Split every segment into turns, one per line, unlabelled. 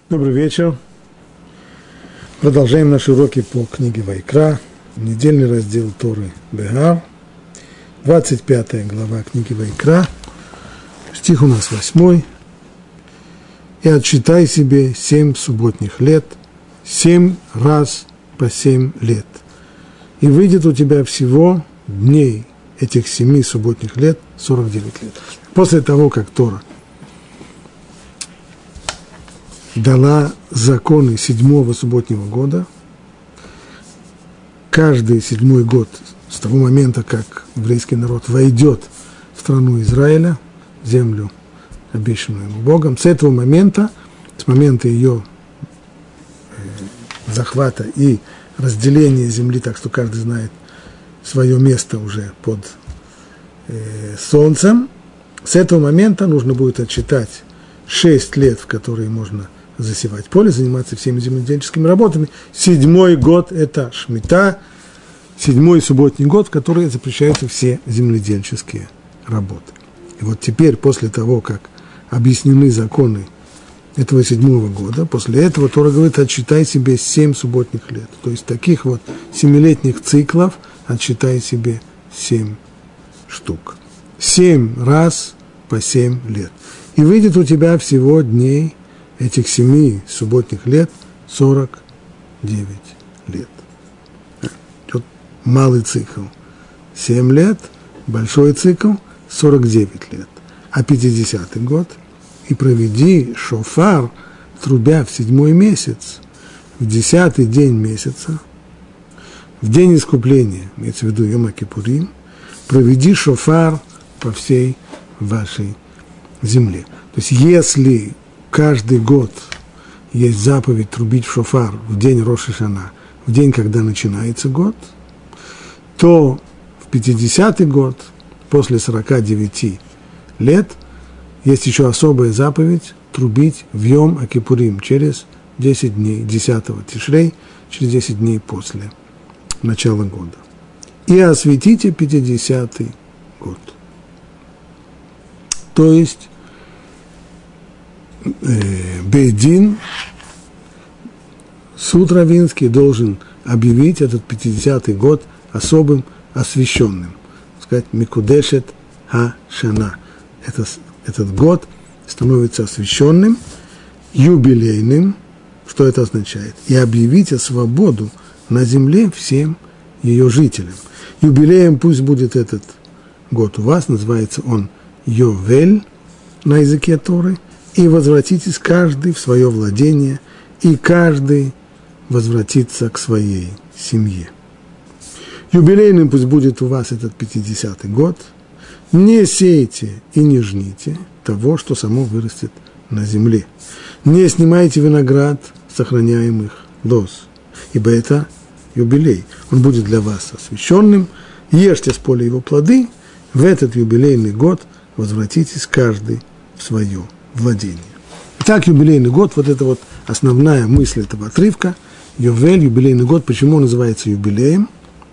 Добрый вечер. Продолжаем наши уроки по книге Вайкра, недельный раздел Торы Бегар, 25 глава книги Вайкра, стих у нас 8. «И отсчитай себе 7 субботних лет, 7 раз по 7 лет, и выйдет у тебя всего дней этих 7 субботних лет 49 лет». После того, как Тора дала законы 7-го субботнего года, каждый 7-й год с того момента, как еврейский народ войдет в страну Израиля, землю, обещанную ему Богом, с этого момента, с момента ее захвата и разделения земли, так что каждый знает свое место уже под солнцем, с этого момента нужно будет отсчитать 6 лет, в которые можно засевать поле, заниматься всеми земледельческими работами. 7-й год – это Шмита, 7-й субботний год, в который запрещаются все земледельческие работы. И вот теперь, после того, как объяснены законы этого 7-го года, после этого Тора говорит: отсчитай себе 7 субботних лет. То есть таких вот 7-летних циклов отсчитай себе 7 штук. 7 раз по 7 лет. И выйдет у тебя всего дней этих 7 субботних лет 49 лет. Тут малый цикл 7 лет, большой цикл 49 лет. А 50-й год и проведи шофар, трубя в 7-й месяц, в 10-й день месяца, в день искупления, имеется в виду Йом Кипурим, проведи шофар по всей вашей земле. То есть если каждый год есть заповедь трубить в шофар в день Рош ха-Шана, в день, когда начинается год, то в 50-й год, после 49 лет, есть еще особая заповедь трубить в Йом Кипурим через 10 дней, 10-го Тишрей, через 10 дней после начала года. И осветите 50-й год. То есть Бейдин, суд раввинский, должен объявить этот 50-й год особым освященным. Сказать, Микудешет ха-Шана. Этот год становится освященным, юбилейным. Что это означает? И объявите свободу на земле всем ее жителям. Юбилеем пусть будет этот год у вас, называется он Йовель на языке Торы. И возвратитесь каждый в свое владение, и каждый возвратится к своей семье. Юбилейным пусть будет у вас этот 50-й год. Не сейте и не жните того, что само вырастет на земле. Не снимайте виноград сохраняемых лоз, ибо это юбилей. Он будет для вас освященным. Ешьте с поля его плоды. В этот юбилейный год возвратитесь каждый в свое владение. Итак, юбилейный год, вот это вот основная мысль этого отрывка. Йовель, юбилейный год, почему он называется юбилеем?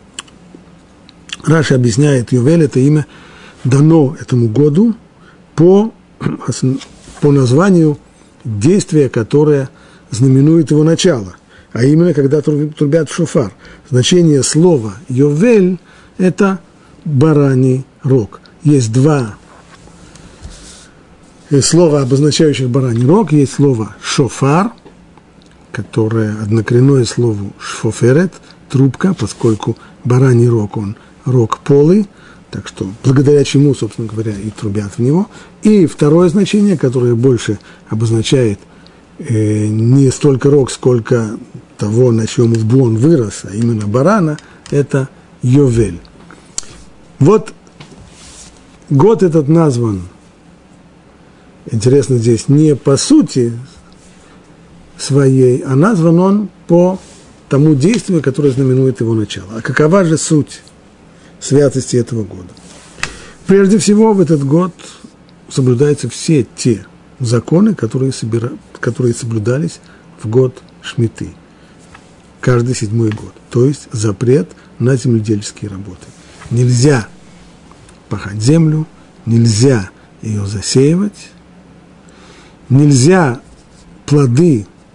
Раши объясняет, Йовель – это имя дано этому году по названию действия, которое знаменует его начало, а именно, когда трубят в шофар. Значение слова Йовель – это бараний рог. Есть два слова, обозначающих бараний рог. Есть слово шофар, которое однокоренное слову шфоферет, трубка, поскольку бараний рог, он рог полый, так что благодаря чему, собственно говоря, и трубят в него. И второе значение, которое больше обозначает не столько рог, сколько того, на чем лбу он вырос, а именно барана, это Йовель. Вот год этот назван, интересно здесь, не по сути своей, а назван он по тому действию, которое знаменует его начало. А какова же суть святости этого года? Прежде всего, в этот год соблюдаются все те законы, которые соблюдались в год Шмиты, каждый 7-й год. То есть запрет на земледельческие работы. Нельзя пахать землю, нельзя ее засеивать, нельзя плоды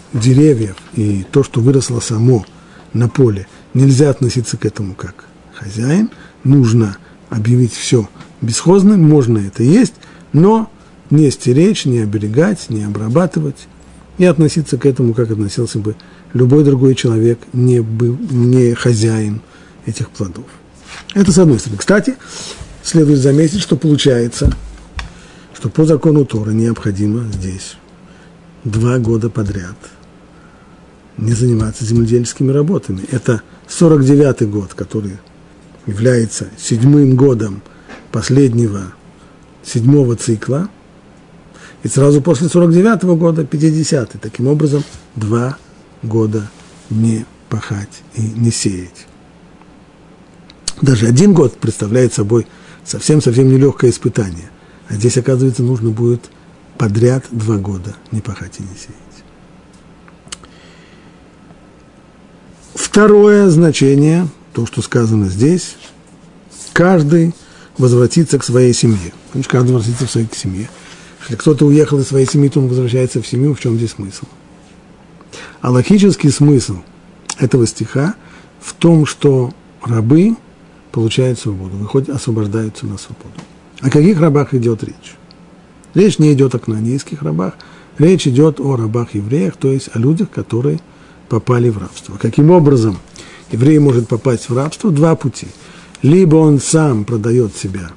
деревьев и то, что выросло само на поле, нельзя относиться к этому как хозяин, нужно объявить все бесхозным, можно это есть, но не стеречь, не оберегать, не обрабатывать и относиться к этому, как относился бы любой другой человек, не хозяин этих плодов. Это с одной стороны. Кстати, следует заметить, что получается, что по закону Торы необходимо здесь 2 года подряд не заниматься земледельческими работами. Это 49-й год, который является 7-м годом последнего 7-го цикла, и сразу после 49-го года 50-й. Таким образом, 2 года не пахать и не сеять. Даже 1 год представляет собой совсем-совсем нелегкое испытание. А здесь, оказывается, нужно будет подряд 2 года не пахать и не сеять. Второе значение, то, что сказано здесь, каждый возвратится к своей семье. Конечно, каждый возвратится к своей семье. Если кто-то уехал из своей семьи, то он возвращается в семью. В чем здесь смысл? А логический смысл этого стиха в том, что рабы получают свободу, освобождаются на свободу. О каких рабах идет речь? Речь не идет о кнаанейских рабах, речь идет о рабах-евреях, то есть о людях, которые попали в рабство. Каким образом еврей может попасть в рабство? 2 пути. Либо он сам продает себя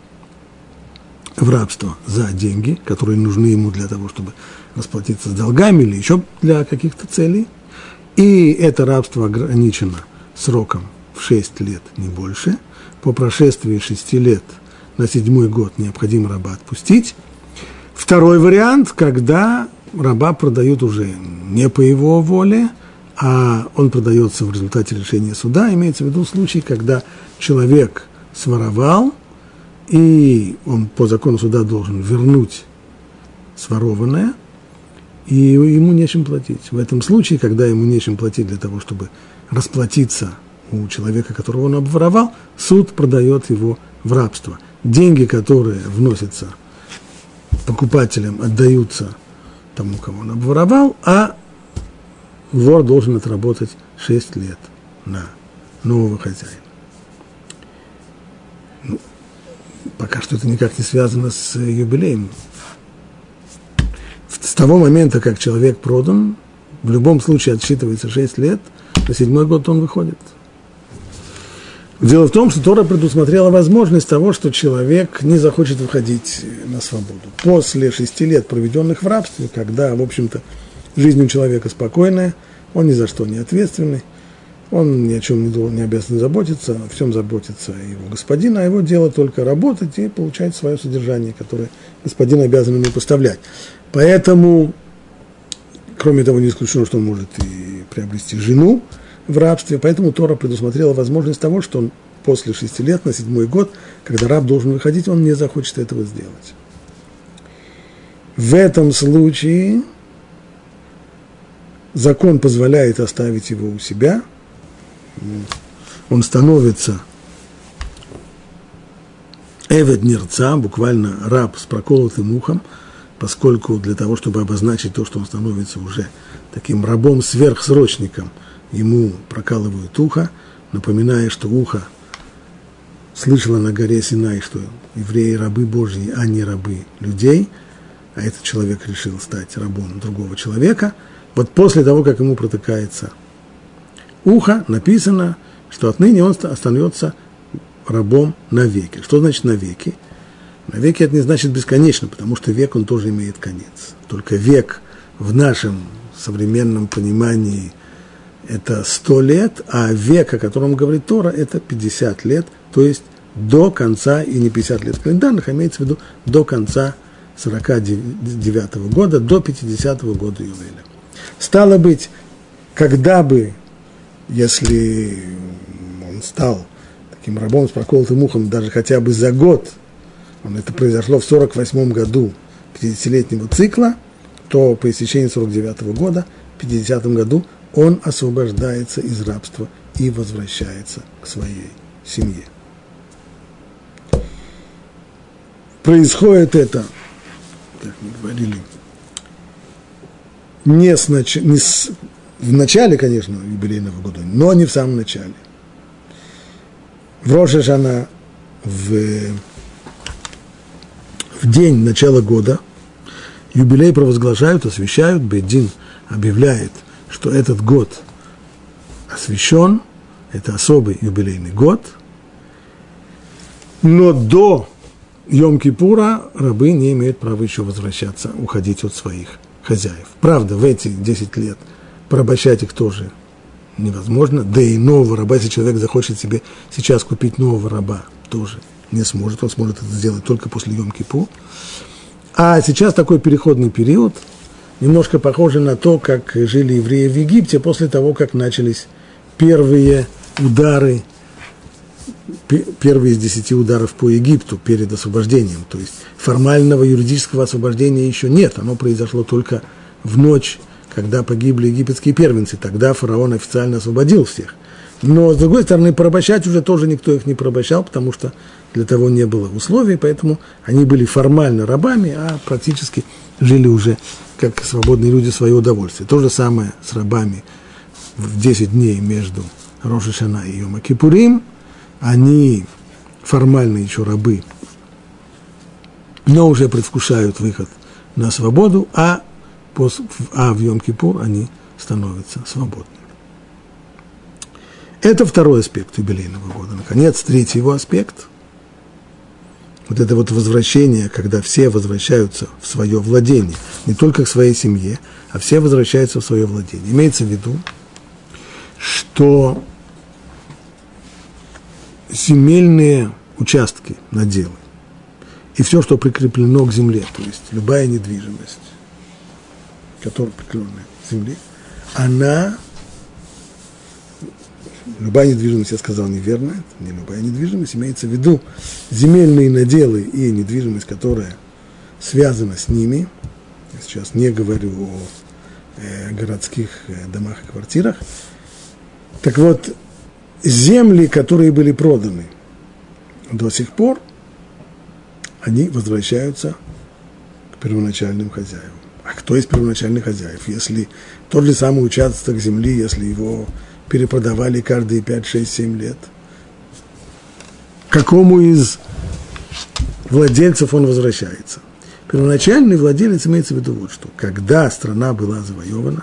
в рабство за деньги, которые нужны ему для того, чтобы расплатиться с долгами или еще для каких-то целей, и это рабство ограничено сроком в 6 лет, не больше. По прошествии 6 лет на 7-й год необходимо раба отпустить. Второй вариант, когда раба продают уже не по его воле, а он продается в результате решения суда, имеется в виду случай, когда человек своровал, и он по закону суда должен вернуть сворованное, и ему нечем платить. В этом случае, когда ему нечем платить для того, чтобы расплатиться у человека, которого он обворовал, суд продает его в рабство. Деньги, которые вносятся покупателям, отдаются тому, кого он обворовал, а вор должен отработать 6 лет на нового хозяина. Пока что это никак не связано с юбилеем. С того момента, как человек продан, в любом случае отсчитывается 6 лет, на 7-й год он выходит. Дело в том, что Тора предусмотрела возможность того, что человек не захочет выходить на свободу. После 6 лет, проведенных в рабстве, когда, в общем-то, жизнь у человека спокойная, он ни за что не ответственный, он ни о чем не обязан заботиться, о всем заботится его господин, а его дело только работать и получать свое содержание, которое господин обязан ему поставлять. Поэтому, кроме того, не исключено, что он может и приобрести жену в рабстве, поэтому Тора предусмотрела возможность того, что он после 6 лет, на 7-й год, когда раб должен выходить, он не захочет этого сделать. В этом случае закон позволяет оставить его у себя, он становится эвед нерца, буквально раб с проколотым ухом, поскольку для того, чтобы обозначить то, что он становится уже таким рабом-сверхсрочником, ему прокалывают ухо, напоминая, что ухо слышало на горе Синай, что евреи рабы Божьи, а не рабы людей, а этот человек решил стать рабом другого человека. Вот после того, как ему протыкается ухо, написано, что отныне он остается рабом навеки. Что значит навеки? Навеки это не значит бесконечно, потому что век он тоже имеет конец. Только век в нашем современном понимании это 100 лет, а век, о котором говорит Тора, это 50 лет, то есть до конца, и не 50 лет календарных, а имеется в виду до конца 49-го года, до 50-го года Ювеля. Стало быть, когда бы, если он стал таким рабом с проколотым ухом даже хотя бы за год, это произошло в 48-м году 50-летнего цикла, то по истечении 49-го года, в 50-м году, он освобождается из рабства и возвращается к своей семье. Происходит это, как мы говорили, в начале, конечно, юбилейного года, но не в самом начале. В Рош ха-Шана, в день начала года, юбилей провозглашают, освящают, бейт-дин объявляет, что этот год освящен, это особый юбилейный год, но до Йом-Кипура рабы не имеют права еще возвращаться, уходить от своих хозяев. Правда, в эти 10 лет порабощать их тоже невозможно, да и нового раба, если человек захочет себе сейчас купить нового раба, тоже не сможет, он сможет это сделать только после Йом-Кипур. А сейчас такой переходный период, немножко похоже на то, как жили евреи в Египте после того, как начались первые удары, первые из 10 ударов по Египту перед освобождением. То есть формального юридического освобождения еще нет, оно произошло только в ночь, когда погибли египетские первенцы, тогда фараон официально освободил всех. Но, с другой стороны, порабощать уже тоже никто их не порабощал, потому что для того не было условий, поэтому они были формально рабами, а практически жили уже как свободные люди в свое удовольствие. То же самое с рабами в 10 дней между Рош ха-Шана и Йом-Кипурим. Они формально еще рабы, но уже предвкушают выход на свободу, а в Йом-Кипур они становятся свободными. Это второй аспект юбилейного года. Наконец, третий его аспект. Вот это вот возвращение, когда все возвращаются в свое владение, не только к своей семье, а все возвращаются в свое владение. Имеется в виду, что земельные участки, наделы, и все, что прикреплено к земле, то есть любая недвижимость, которая прикреплена к земле, любая недвижимость, я сказал неверно, это не любая недвижимость, имеется в виду земельные наделы и недвижимость, которая связана с ними. Я сейчас не говорю о городских домах и квартирах. Так вот, земли, которые были проданы до сих пор, они возвращаются к первоначальным хозяевам. А кто из первоначальных хозяев? Если тот же самый участок земли, если его перепродавали каждые 5, 6, 7 лет, к какому из владельцев он возвращается? Первоначальный владелец имеется в виду вот что. Когда страна была завоевана,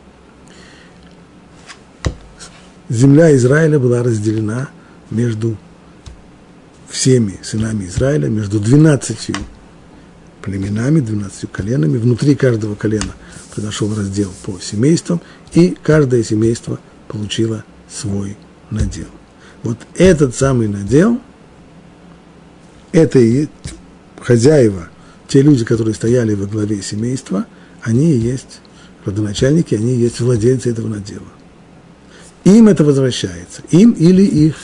земля Израиля была разделена между всеми сынами Израиля, между 12 племенами, 12 коленами. Внутри каждого колена произошел раздел по семействам, и каждое семейство получило свой надел. Вот этот самый надел, это и хозяева, те люди, которые стояли во главе семейства, они и есть родоначальники, они и есть владельцы этого надела. Им это возвращается, им или их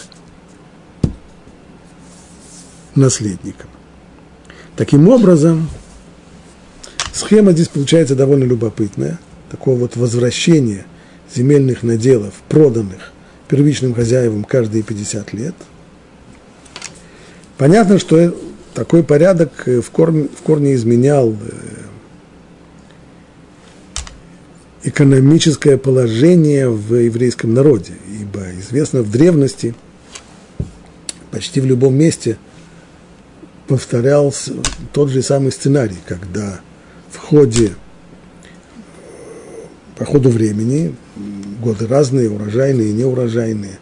наследникам. Таким образом, схема здесь получается довольно любопытная, такого вот возвращения земельных наделов, проданных первичным хозяевам каждые 50 лет. Понятно, что такой порядок в корне изменял экономическое положение в еврейском народе, ибо известно в древности почти в любом месте повторялся тот же самый сценарий, когда по ходу времени, годы разные, урожайные, неурожайные,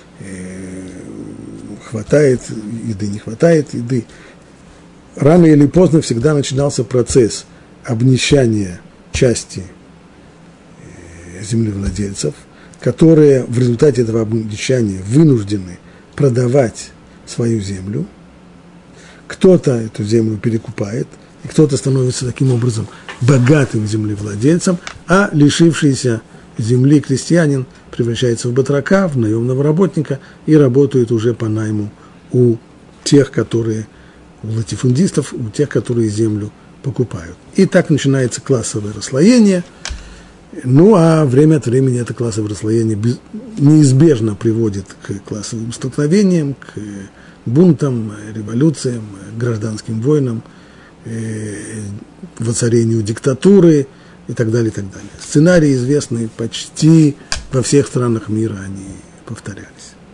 хватает еды, не хватает еды, рано или поздно всегда начинался процесс обнищания части землевладельцев, которые в результате этого обнищания вынуждены продавать свою землю. Кто-то эту землю перекупает, и кто-то становится таким образом богатым землевладельцем, а лишившийся земли крестьянин превращается в батрака, в наемного работника и работает уже по найму у тех, у латифундистов, у тех, которые землю покупают. И так начинается классовое расслоение. Ну, а время от времени это классовое расслоение неизбежно приводит к классовым столкновениям, к бунтам, революциям, гражданским войнам, воцарению диктатуры, и так далее, и так далее. Сценарии известны почти во всех странах мира, они повторялись.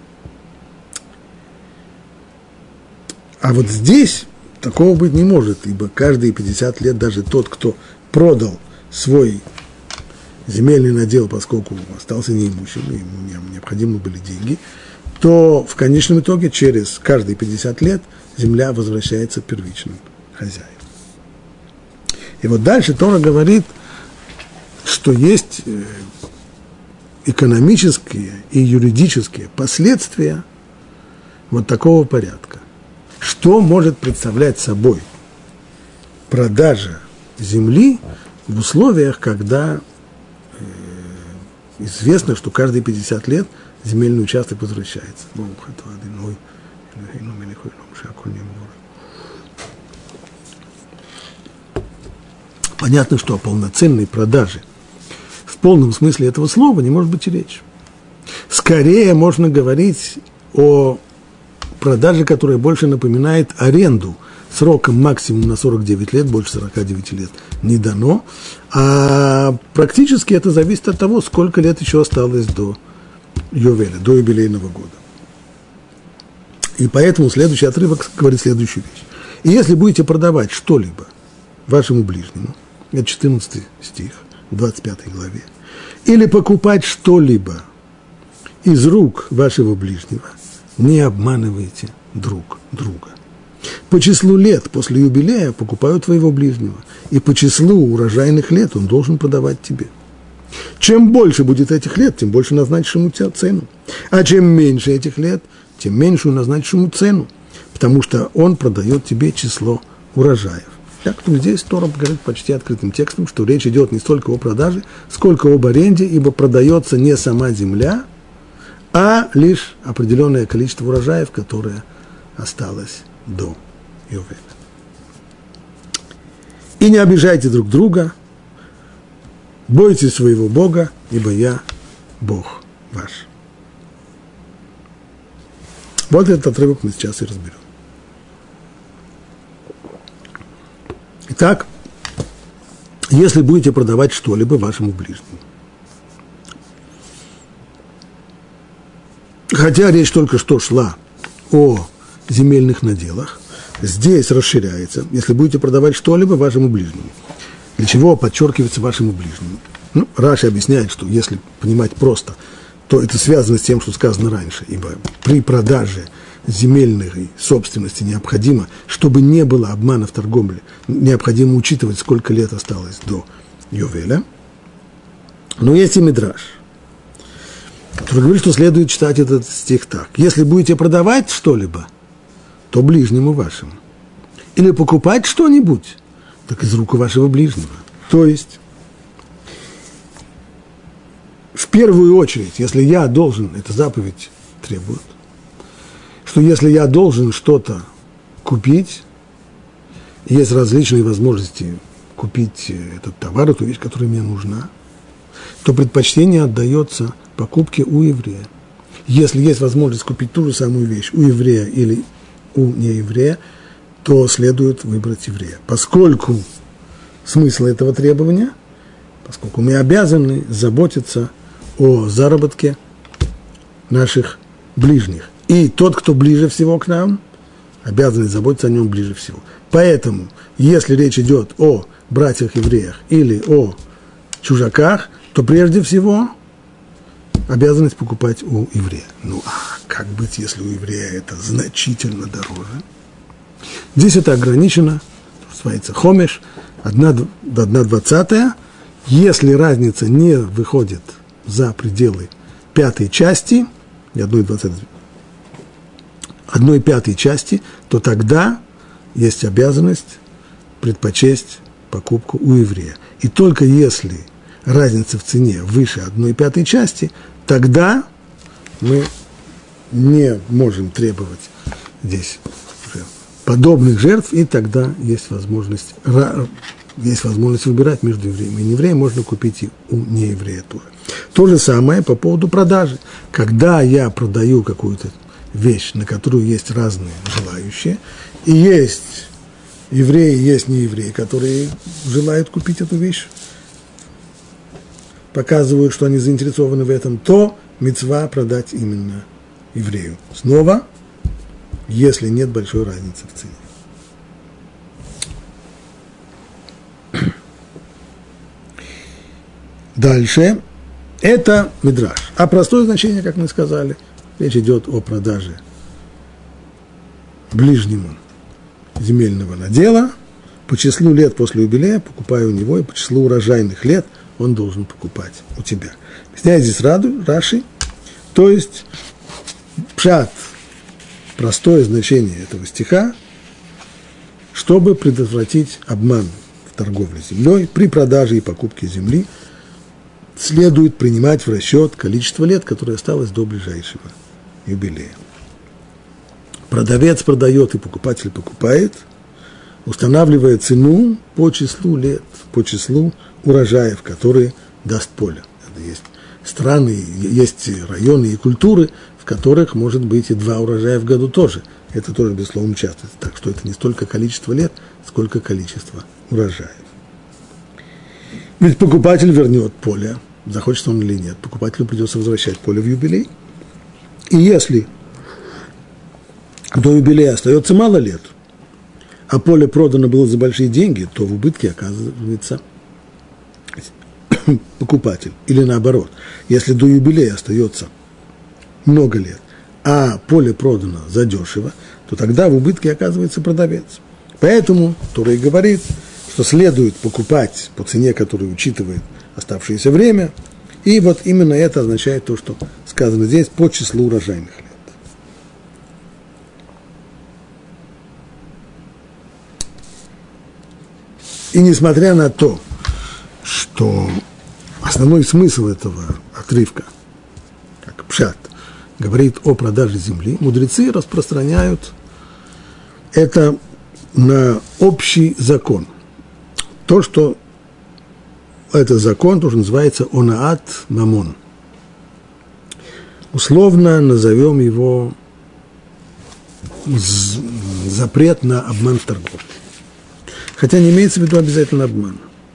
А вот здесь такого быть не может, ибо каждые 50 лет даже тот, кто продал свой земельный надел, поскольку остался неимущим, ему необходимы были деньги, то в конечном итоге через каждые 50 лет земля возвращается первичным хозяевам. И вот дальше Тора говорит, что есть экономические и юридические последствия вот такого порядка. Что может представлять собой продажа земли в условиях, когда известно, что каждые 50 лет земельный участок возвращается. Понятно, что о полноценной продаже в полном смысле этого слова не может быть и речи. Скорее можно говорить о продаже, которая больше напоминает аренду сроком максимум на 49 лет, больше 49 лет не дано, а практически это зависит от того, сколько лет еще осталось до Йовеля, до юбилейного года. И поэтому следующий отрывок говорит следующую вещь. И если будете продавать что-либо вашему ближнему, это 14 стих, 25 главе, или покупать что-либо из рук вашего ближнего, не обманывайте друг друга. По числу лет после юбилея покупаю твоего ближнего, и по числу урожайных лет он должен подавать тебе. Чем больше будет этих лет, тем больше назначишь ему цену. А чем меньше этих лет, тем меньшую назначишь ему цену, потому что он продает тебе число урожаев. Так, здесь Тора говорит почти открытым текстом, что речь идет не столько о продаже, сколько об аренде, ибо продается не сама земля, а лишь определенное количество урожаев, которое осталось до Йовеля. И не обижайте друг друга, бойтесь своего Бога, ибо я Бог ваш. Вот этот отрывок мы сейчас и разберем. Итак, если будете продавать что-либо вашему ближнему, хотя речь только что шла о земельных наделах, здесь расширяется, если будете продавать что-либо вашему ближнему. Для чего подчеркивается вашему ближнему? Раши объясняет, что если понимать просто, то это связано с тем, что сказано раньше, ибо при продаже земельной собственности необходимо, чтобы не было обмана в торговле, необходимо учитывать, сколько лет осталось до Йовеля. Но есть и мидраш, который говорит, что следует читать этот стих так. Если будете продавать что-либо, то ближнему вашему. Или покупать что-нибудь, так из рук вашего ближнего. То есть, в первую очередь, если я должен, эта заповедь требует, что если я должен что-то купить, есть различные возможности купить этот товар, эту вещь, которая мне нужна, то предпочтение отдается покупке у еврея. Если есть возможность купить ту же самую вещь у еврея или у нееврея, то следует выбрать еврея. Поскольку смысл этого требования, поскольку мы обязаны заботиться о заработке наших ближних. И тот, кто ближе всего к нам, обязан заботиться о нем ближе всего. Поэтому, если речь идет о братьях-евреях или о чужаках, то прежде всего обязанность покупать у еврея. Ну, а как быть, если у еврея это значительно дороже? Здесь это ограничено, называется хомеш, 1/20. Если разница не выходит за пределы пятой части, 1/5 части, то тогда есть обязанность предпочесть покупку у еврея. И только если разница в цене выше 1/5 части, тогда мы не можем требовать здесь уже подобных жертв, и тогда есть возможность выбирать между евреем и неевреем, можно купить и у нееврея тоже. То же самое по поводу продажи. Когда я продаю какую-то вещь, на которую есть разные желающие, и есть евреи, есть неевреи, которые желают купить эту вещь показывают, что они заинтересованы в этом, то мицва продать именно еврею. Снова, если нет большой разницы в цене. Дальше. Это мидраш. А простое значение, как мы сказали, речь идет о продаже ближнему земельного надела. По числу лет после юбилея покупаю у него, и по числу урожайных лет он должен покупать у тебя. Объясняет здесь Раши, то есть пшат, простое значение этого стиха, чтобы предотвратить обман в торговле землей, при продаже и покупке земли следует принимать в расчет количество лет, которое осталось до ближайшего юбилея. Продавец продает и покупатель покупает, устанавливая цену по числу лет, по числу урожаев, которые даст поле. Это есть страны, есть районы и культуры, в которых может быть и 2 урожая в году тоже. Это тоже, безусловно, часто. Так что это не столько количество лет, сколько количество урожаев. Ведь покупатель вернет поле, захочет он или нет. Покупателю придется возвращать поле в юбилей. И если до юбилея остается мало лет, а поле продано было за большие деньги, то в убытке оказывается покупатель. Или наоборот, если до юбилея остается много лет, а поле продано задешево, то тогда в убытке оказывается продавец. Поэтому Тора и говорит, что следует покупать по цене, которая учитывает оставшееся время, и вот именно это означает то, что сказано здесь, по числу урожайных лет. И несмотря на то, что основной смысл этого отрывка, как пшат, говорит о продаже земли, мудрецы распространяют это на общий закон. То, что это закон, тоже называется онаат мамон. Условно назовем его запрет на обман в торговле. Хотя не имеется в виду обязательно обман.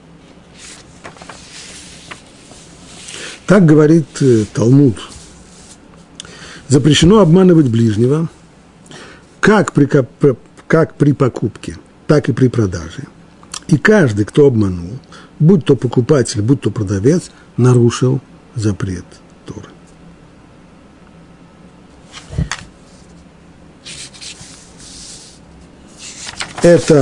Так говорит Талмуд. Запрещено обманывать ближнего, как при покупке, так и при продаже. И каждый, кто обманул, будь то покупатель, будь то продавец, нарушил запрет Торы. Это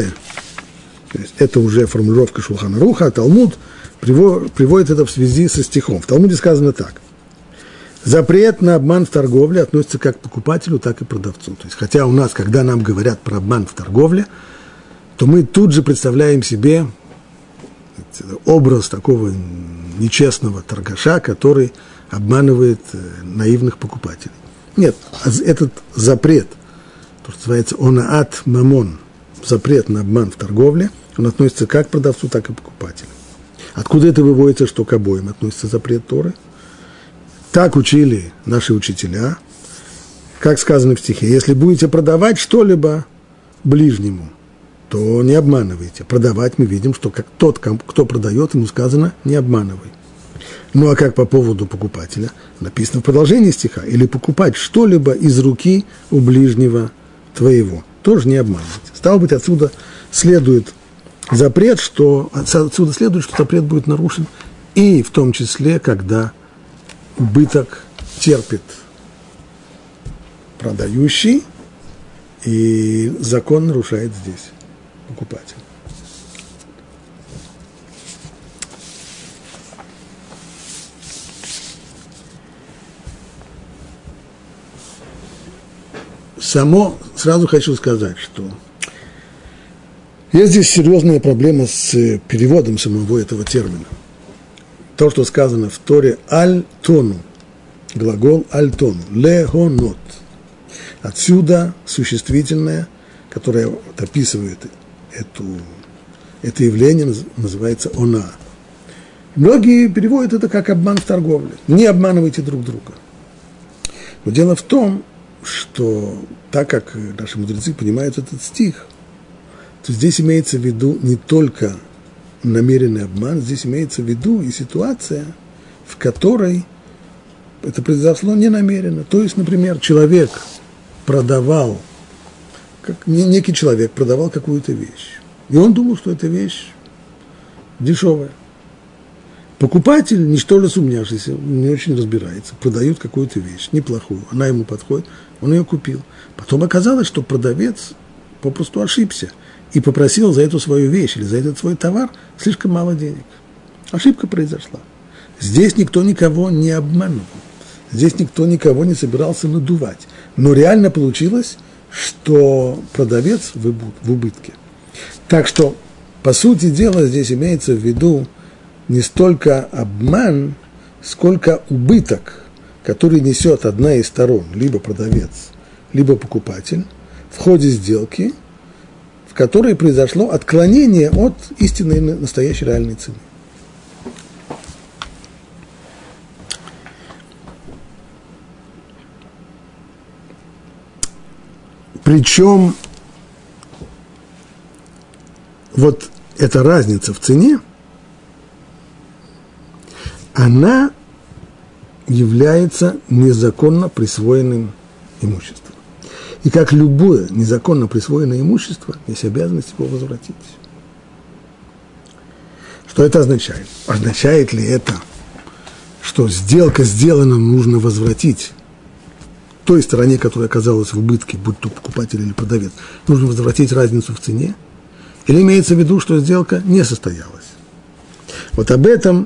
уже формулировка Шулхан Аруха, а Талмуд приводит это в связи со стихом. В Талмуде сказано так. Запрет на обман в торговле относится как к покупателю, так и к продавцу. То есть, хотя у нас, когда нам говорят про обман в торговле, то мы тут же представляем себе образ такого нечестного торгаша, который обманывает наивных покупателей. Нет, этот запрет, то, что называется онаат мамон, запрет на обман в торговле, он относится как к продавцу, так и к покупателю. Откуда это выводится, что к обоим относится запрет Торы? Так учили наши учителя, как сказано в стихе, если будете продавать что-либо ближнему, то не обманывайте. Продавать мы видим, что как тот, кто продает, ему сказано не обманывай. Ну а как по поводу покупателя? Написано в продолжении стиха, или покупать что-либо из руки у ближнего твоего. Тоже не обманывайте. Стало быть, отсюда следует запрет, что запрет будет нарушен, и в том числе, когда убыток терпит продающий, и закон нарушает здесь покупатель. Сразу хочу сказать, что есть здесь серьезная проблема с переводом самого этого термина. То, что сказано в Торе «аль-тону», глагол «аль-тону», «лехонот». Отсюда существительное, которое описывает это явление, называется «она». Многие переводят это как обман в торговле. Не обманывайте друг друга. Но дело в том, что так как наши мудрецы понимают этот стих, то здесь имеется в виду не только намеренный обман, здесь имеется в виду и ситуация, в которой это произошло ненамеренно. То есть, например, некий человек продавал какую-то вещь, и он думал, что эта вещь дешевая. Покупатель, ничтоже сумняшися, не очень разбирается, продает какую-то вещь, неплохую, она ему подходит, он ее купил. Потом оказалось, что продавец попросту ошибся и попросил за эту свою вещь или за этот свой товар слишком мало денег. Ошибка произошла. Здесь никто никого не обманул, здесь никто никого не собирался надувать. Но реально получилось, что продавец в убытке. Так что, по сути дела, здесь имеется в виду не столько обман, сколько убыток, который несет одна из сторон, либо продавец, либо покупатель, в ходе сделки, в которой произошло отклонение от истинной настоящей реальной цены. Причем вот эта разница в цене, она является незаконно присвоенным имуществом. И как любое незаконно присвоенное имущество, есть обязанность его возвратить. Что это означает? Означает ли это, что сделка сделана, нужно возвратить той стороне, которая оказалась в убытке, будь то покупатель или продавец, нужно возвратить разницу в цене? Или имеется в виду, что сделка не состоялась? Вот об этом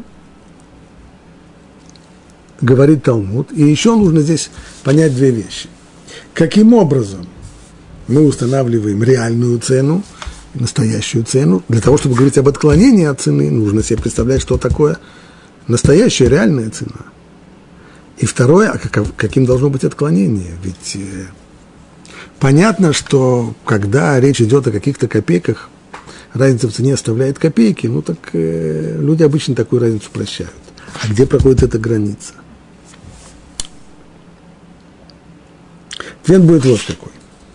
говорит Талмуд. И еще нужно здесь понять две вещи. Каким образом мы устанавливаем реальную цену, настоящую цену? Для того, чтобы говорить об отклонении от цены, нужно себе представлять, что такое настоящая реальная цена. И второе, каким должно быть отклонение? Ведь понятно, что когда речь идет о каких-то копейках, разница в цене оставляет копейки, люди обычно такую разницу прощают. А где проходит эта граница? Ответ будет вот какой.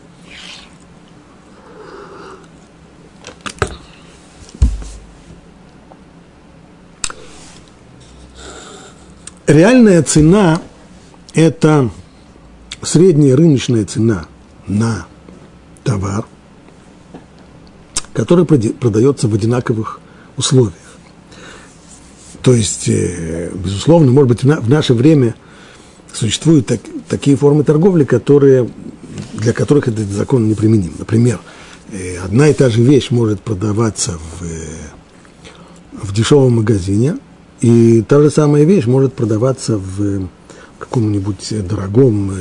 Реальная цена – это средняя рыночная цена на товар, который продается в одинаковых условиях. То есть, безусловно, может быть, в наше время существуют такие формы торговли, для которых этот закон неприменим. Например, одна и та же вещь может продаваться в дешевом магазине, и та же самая вещь может продаваться в каком-нибудь дорогом,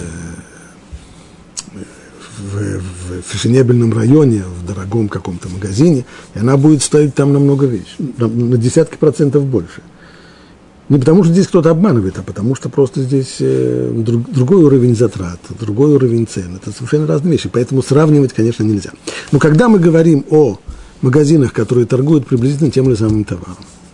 в фешенебельном районе, в дорогом каком-то магазине, и она будет стоить там намного на десятки процентов больше. Не потому, что здесь кто-то обманывает, а потому, что просто здесь другой уровень затрат, другой уровень цен. Это совершенно разные вещи, поэтому сравнивать, конечно, нельзя. Но когда мы говорим о магазинах, которые торгуют приблизительно тем же самым товаром,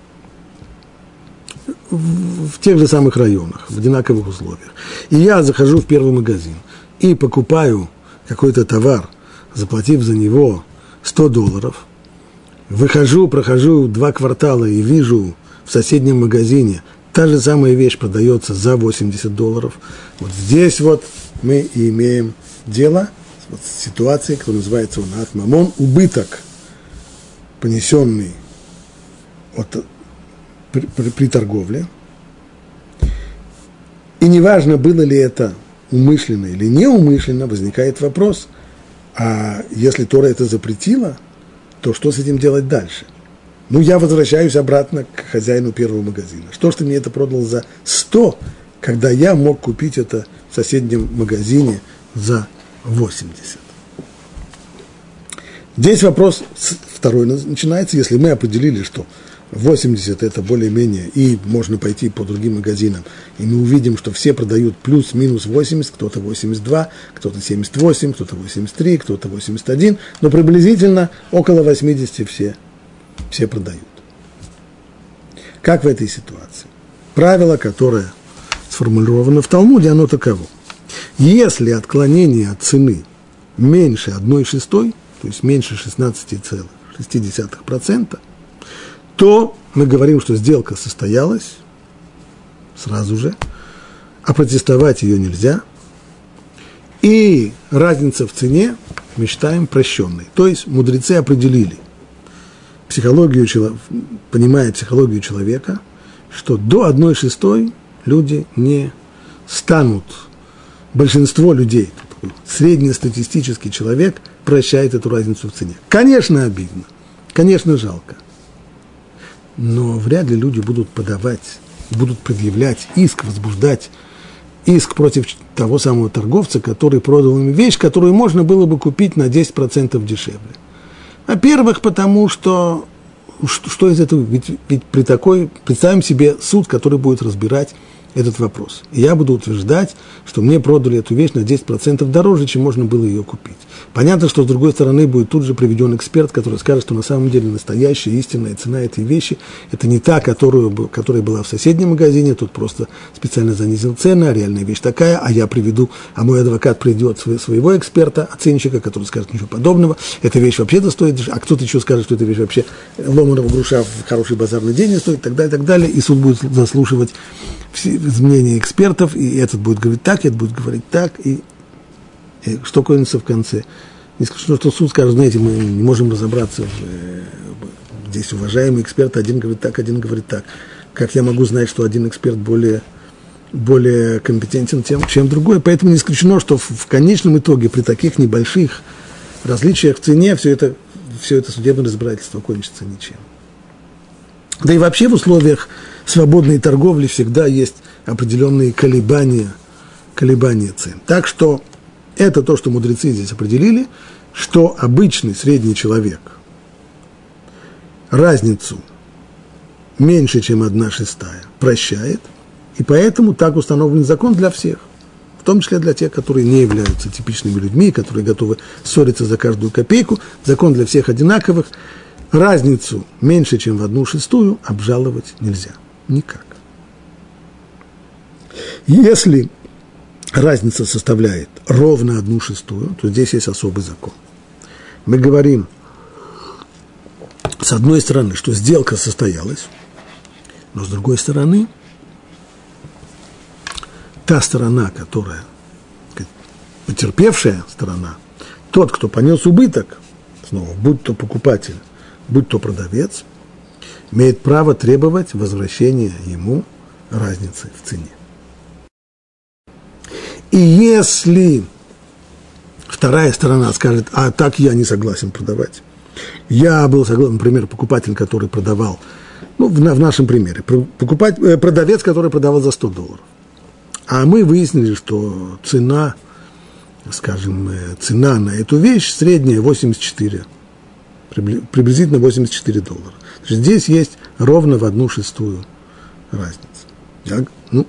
в тех же самых районах, в одинаковых условиях, и я захожу в первый магазин и покупаю какой-то товар, заплатив за него $100, прохожу 2 квартала и вижу в соседнем магазине та же самая вещь продается за $80. Вот здесь вот мы и имеем дело с ситуацией, которая называется унат мамон, убыток, понесенный при торговле. И неважно, было ли это умышленно или неумышленно, возникает вопрос, а если Тора это запретила, то что с этим делать дальше? Я возвращаюсь обратно к хозяину первого магазина. Что ж ты мне это продал за 100, когда я мог купить это в соседнем магазине за 80? Здесь вопрос второй начинается, если мы определили, что 80 это более-менее, и можно пойти по другим магазинам, и мы увидим, что все продают плюс-минус 80, кто-то 82, кто-то 78, кто-то 83, кто-то 81, но приблизительно около 80 все продают. Как в этой ситуации? Правило, которое сформулировано в Талмуде, оно таково. Если отклонение от цены меньше 1/6, то есть меньше 16,6%, то мы говорим, что сделка состоялась сразу же, а протестовать ее нельзя. И разница в цене мы считаем прощенной. То есть мудрецы определили, понимая психологию человека, что до 1/6 люди не станут, большинство людей, среднестатистический человек прощает эту разницу в цене. Конечно, обидно, конечно, жалко, но вряд ли люди будут предъявлять иск, возбуждать иск против того самого торговца, который продал им вещь, которую можно было бы купить на 10% дешевле. Во-первых, потому что из этого? Ведь при такой, представим себе суд, который будет разбирать этот вопрос. И я буду утверждать, что мне продали эту вещь на 10% дороже, чем можно было ее купить. Понятно, что с другой стороны будет тут же приведен эксперт, который скажет, что на самом деле настоящая истинная цена этой вещи – это не та, которая была в соседнем магазине, тут просто специально занизил цены, а реальная вещь такая, а мой адвокат придет своего эксперта, оценщика, который скажет ничего подобного, эта вещь вообще-то стоит, а кто-то еще скажет, что эта вещь вообще ломаного груша в хороший базарный день не стоит, и так далее, и суд будет заслушивать все мнения экспертов, и этот будет говорить так, и этот будет говорить так, и что кончится в конце. Не исключено, что суд скажет, знаете, мы не можем разобраться, здесь уважаемый эксперт, один говорит так. Как я могу знать, что один эксперт более компетентен, чем другой? Поэтому не исключено, что в конечном итоге при таких небольших различиях в цене все это судебное разбирательство кончится ничем. Да и вообще в условиях свободной торговли всегда есть определенные колебания цен. Так что это то, что мудрецы здесь определили, что обычный средний человек разницу меньше, чем 1/6 прощает, и поэтому так установлен закон для всех, в том числе для тех, которые не являются типичными людьми, которые готовы ссориться за каждую копейку. Закон для всех одинаковых. Разницу меньше, чем в 1/6 обжаловать нельзя. Никак. Если разница составляет ровно 1/6, то здесь есть особый закон. Мы говорим, с одной стороны, что сделка состоялась, но с другой стороны, та сторона, которая, потерпевшая сторона, тот, кто понес убыток, снова, будь то покупатель, будь то продавец, имеет право требовать возвращения ему разницы в цене. И если вторая сторона скажет, а так я не согласен продавать, я был согласен, например, покупатель, который продавал, в нашем примере, продавец, который продавал за $100, а мы выяснили, что цена на эту вещь средняя 84, приблизительно $84. Значит, здесь есть ровно в 1/6 разница.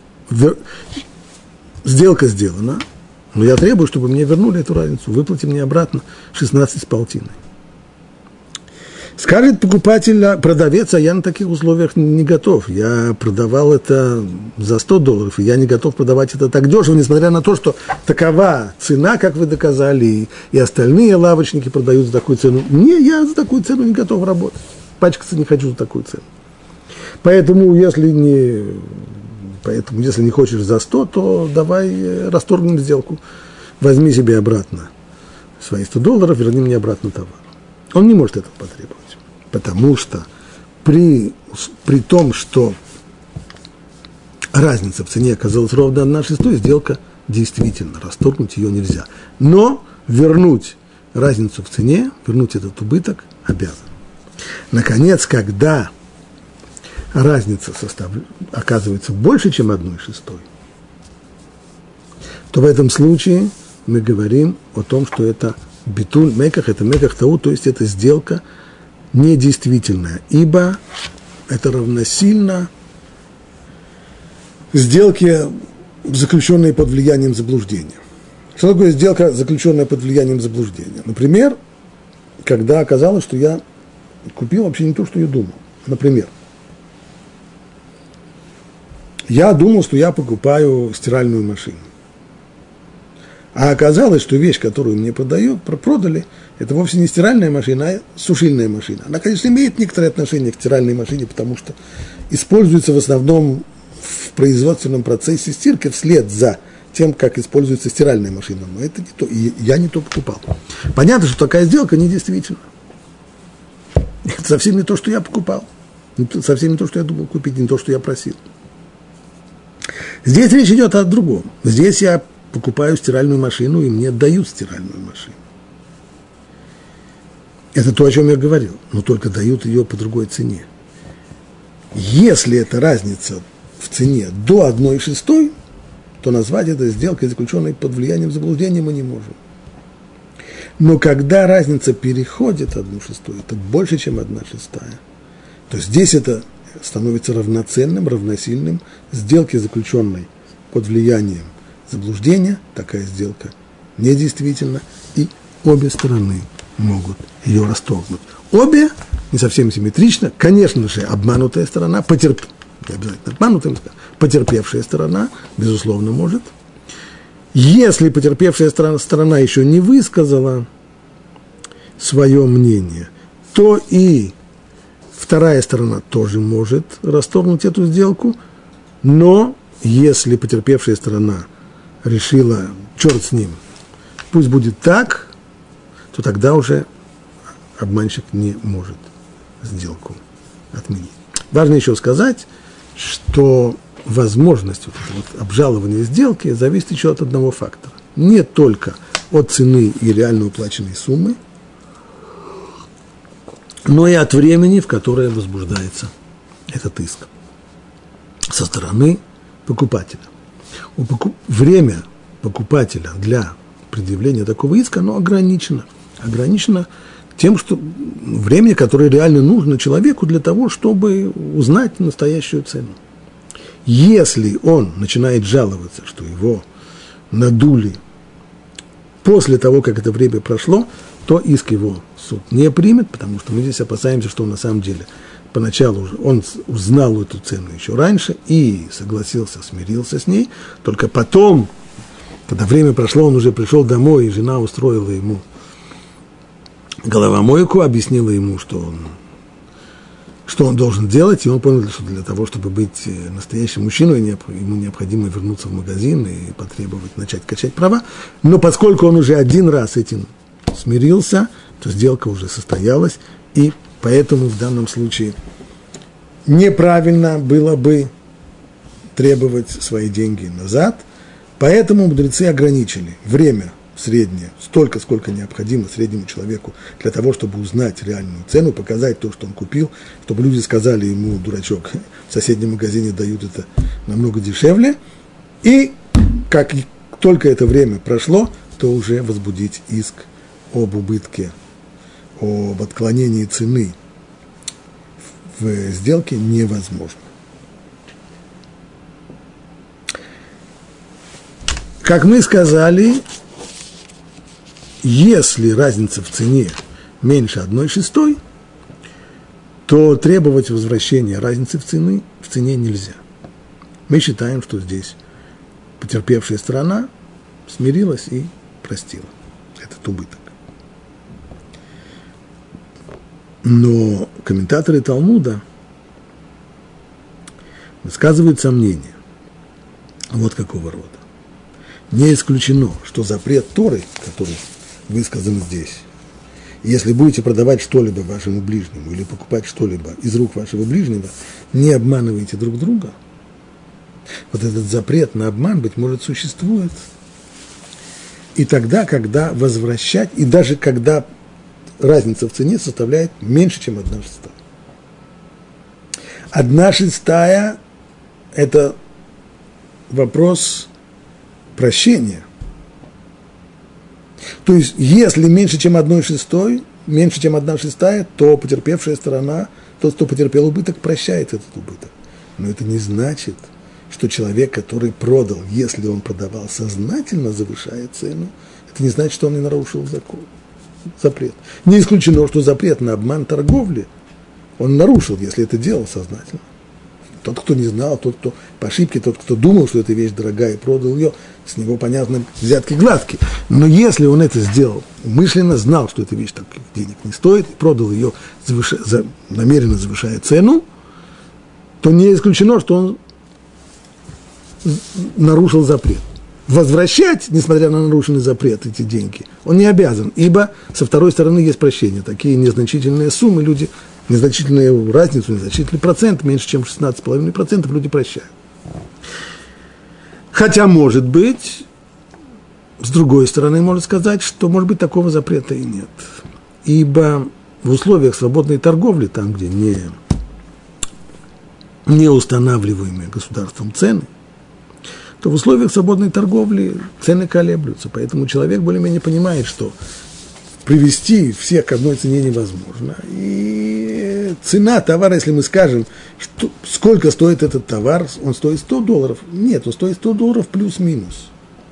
Сделка сделана, но я требую, чтобы мне вернули эту разницу, выплати мне обратно 16,5. Скажет продавец, а я на таких условиях не готов. Я продавал это за $100, и я не готов продавать это так дешево, несмотря на то, что такова цена, как вы доказали, и остальные лавочники продают за такую цену. Я за такую цену не готов работать. Пачкаться не хочу за такую цену. Поэтому, если не хочешь за 100, то давай расторгнем сделку. Возьми себе обратно свои $100, верни мне обратно товар. Он не может этого потребовать. Потому что при том, что разница в цене оказалась ровно 1/6, сделка действительно, расторгнуть ее нельзя. Но вернуть разницу в цене, вернуть этот убыток обязан. Наконец, когда разница оказывается больше, чем 1/6, то в этом случае мы говорим о том, что это битуль меках, это меках тау, то есть это сделка недействительная, ибо это равносильно сделке, заключенной под влиянием заблуждения. Что такое сделка, заключенная под влиянием заблуждения? Например, когда оказалось, что я купил вообще не то, что я думал. Например, я думал, что я покупаю стиральную машину. А оказалось, что вещь, которую мне продали, это вовсе не стиральная машина, а сушильная машина. Она, конечно, имеет некоторое отношение к стиральной машине, потому что используется в основном в производственном процессе стирки вслед за тем, как используется стиральная машина. Но это не то, и я не то покупал. Понятно, что такая сделка недействительна. Это совсем не то, что я покупал. Совсем не то, что я думал купить, не то, что я просил. Здесь речь идет о другом. Здесь я покупаю стиральную машину, и мне дают стиральную машину. Это то, о чем я говорил, но только дают ее по другой цене. Если эта разница в цене до 1/6, то назвать это сделкой, заключенной под влиянием заблуждения, мы не можем. Но когда разница переходит 1/6, это больше, чем 1/6, то здесь это становится равноценным, равносильным сделке, заключенной под влиянием заблуждения. Такая сделка недействительна, и обе стороны могут ее расторгнуть. Обе не совсем симметрично. Конечно же, обманутая сторона, не обязательно обманутая, потерпевшая сторона, безусловно, может. Если потерпевшая сторона еще не высказала свое мнение, то и вторая сторона тоже может расторгнуть эту сделку, но если потерпевшая сторона решила, черт с ним, пусть будет так, то тогда уже обманщик не может сделку отменить. Важно еще сказать, что возможность обжалования сделки зависит еще от одного фактора. Не только от цены и реально уплаченной суммы, но и от времени, в которое возбуждается этот иск со стороны покупателя. Время покупателя для предъявления такого иска, оно ограничено. Ограничено тем, что времени, которое реально нужно человеку для того, чтобы узнать настоящую цену. Если он начинает жаловаться, что его надули после того, как это время прошло, то иск его суд не примет, потому что мы здесь опасаемся, что на самом деле поначалу он узнал эту цену еще раньше и согласился, смирился с ней, только потом, когда время прошло, он уже пришел домой, и жена устроила ему головомойку, объяснила ему, что он должен делать, и он понял, что для того, чтобы быть настоящим мужчиной, ему необходимо вернуться в магазин и потребовать начать качать права. Но поскольку он уже один раз этим смирился, то сделка уже состоялась, и поэтому в данном случае неправильно было бы требовать свои деньги назад, поэтому мудрецы ограничили время среднее, столько, сколько необходимо среднему человеку для того, чтобы узнать реальную цену, показать то, что он купил, чтобы люди сказали ему, дурачок, в соседнем магазине дают это намного дешевле, и как только это время прошло, то уже возбудить иск об убытке, об отклонении цены в сделке невозможно. Как мы сказали, если разница в цене меньше 1/6, то требовать возвращения разницы в цене нельзя. Мы считаем, что здесь потерпевшая сторона смирилась и простила этот убыток. Но комментаторы Талмуда высказывают сомнения вот какого рода. Не исключено, что запрет Торы, который высказан здесь, если будете продавать что-либо вашему ближнему или покупать что-либо из рук вашего ближнего, не обманывайте друг друга. Вот этот запрет на обман, быть может, существует и тогда, когда возвращать, и даже когда разница в цене составляет меньше, чем 1/6. 1/6 – это вопрос прощения. То есть, если меньше, чем 1/6, меньше, чем 1/6, то потерпевшая сторона, тот, кто потерпел убыток, прощает этот убыток. Но это не значит, что человек, который продал, если он продавал сознательно, завышая цену, это не значит, что он не нарушил запрет. Не исключено, что запрет на обман торговли он нарушил, если это делал сознательно. Тот, кто не знал, тот, кто по ошибке, тот, кто думал, что эта вещь дорогая и продал ее, с него, понятно, взятки гладкие. Но если он это сделал умышленно, знал, что эта вещь таких денег не стоит, продал ее, намеренно завышая цену, то не исключено, что он нарушил запрет. Возвращать, несмотря на нарушенный запрет, эти деньги, он не обязан, ибо со второй стороны есть прощение. Такие незначительные суммы люди, незначительную разницу, незначительный процент, меньше чем 16,5% люди прощают. Хотя, может быть, с другой стороны, можно сказать, что, может быть, такого запрета и нет. Ибо в условиях свободной торговли, там, где не устанавливаемые государством цены, то в условиях свободной торговли цены колеблются. Поэтому человек более-менее понимает, что привести всех к одной цене невозможно. И цена товара, если мы скажем, что, сколько стоит этот товар, он стоит $100. Нет, он стоит $100 плюс-минус.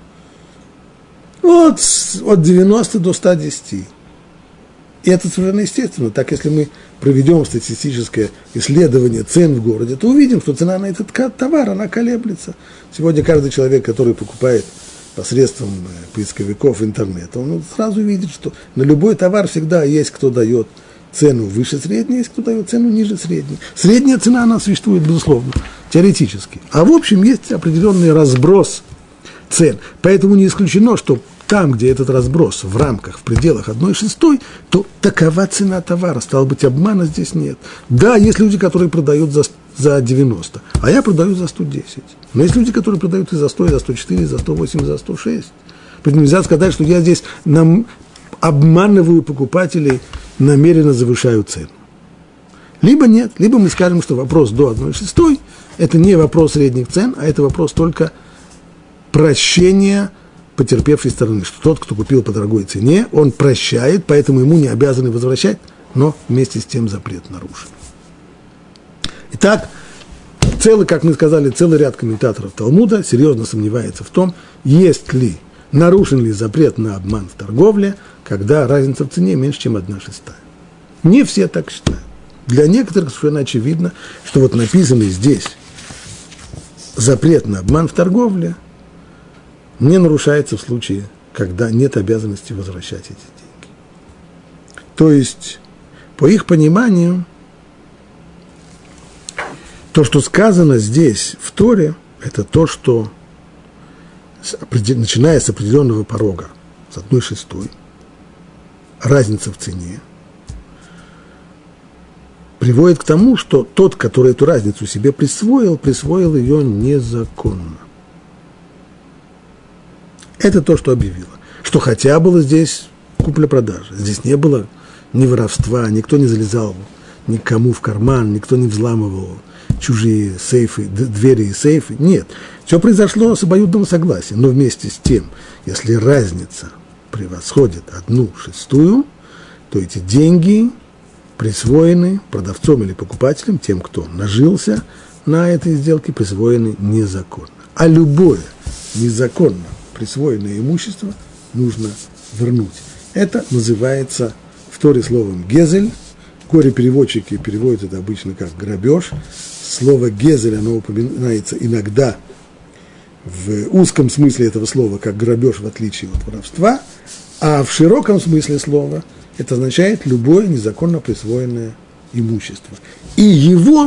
Вот от 90 до 110. И это совершенно естественно. Так, если мы проведем статистическое исследование цен в городе, то увидим, что цена на этот товар, она колеблется. Сегодня каждый человек, который покупает посредством поисковиков интернета, он сразу видит, что на любой товар всегда есть кто дает цену выше средней, есть кто дает цену ниже средней. Средняя цена, она существует, безусловно, теоретически. А в общем, есть определенный разброс цен. Поэтому не исключено, что там, где этот разброс в рамках, в пределах 1/6, то такова цена товара. Стало быть, обмана здесь нет. Да, есть люди, которые продают за 90, а я продаю за 110. Но есть люди, которые продают и за 100, и за 104, и за 108, и за 106. Поэтому нельзя сказать, что я здесь обманываю покупателей, намеренно завышаю цену. Либо нет, либо мы скажем, что вопрос до 1/6 – это не вопрос средних цен, а это вопрос только прощения потерпевшей стороны, что тот, кто купил по дорогой цене, он прощает, поэтому ему не обязаны возвращать, но вместе с тем запрет нарушен. Итак, как мы сказали, целый ряд комментаторов Талмуда серьезно сомневается в том, нарушен ли запрет на обман в торговле, когда разница в цене меньше, чем 1/6. Не все так считают. Для некоторых совершенно очевидно, что вот написанный здесь запрет на обман в торговле не нарушается в случае, когда нет обязанности возвращать эти деньги. То есть, по их пониманию, то, что сказано здесь в Торе, это то, что, начиная с определенного порога, с 1/6, разница в цене, приводит к тому, что тот, который эту разницу себе присвоил ее незаконно. Это то, что объявило. Что хотя было здесь купля-продажа, здесь не было ни воровства, никто не залезал никому в карман, никто не взламывал чужие сейфы, двери и сейфы. Нет, все произошло с обоюдного согласия. Но вместе с тем, если разница превосходит 1/6, то эти деньги присвоены продавцом или покупателем, тем, кто нажился на этой сделке, присвоены незаконно. А любое незаконно присвоенное имущество нужно вернуть. Это называется в Торе словом «гезель». Горе-переводчики переводят это обычно как «грабеж». Слово «гезель» оно упоминается иногда в узком смысле этого слова как грабеж, в отличие от воровства, а в широком смысле слова это означает любое незаконно присвоенное имущество. И его,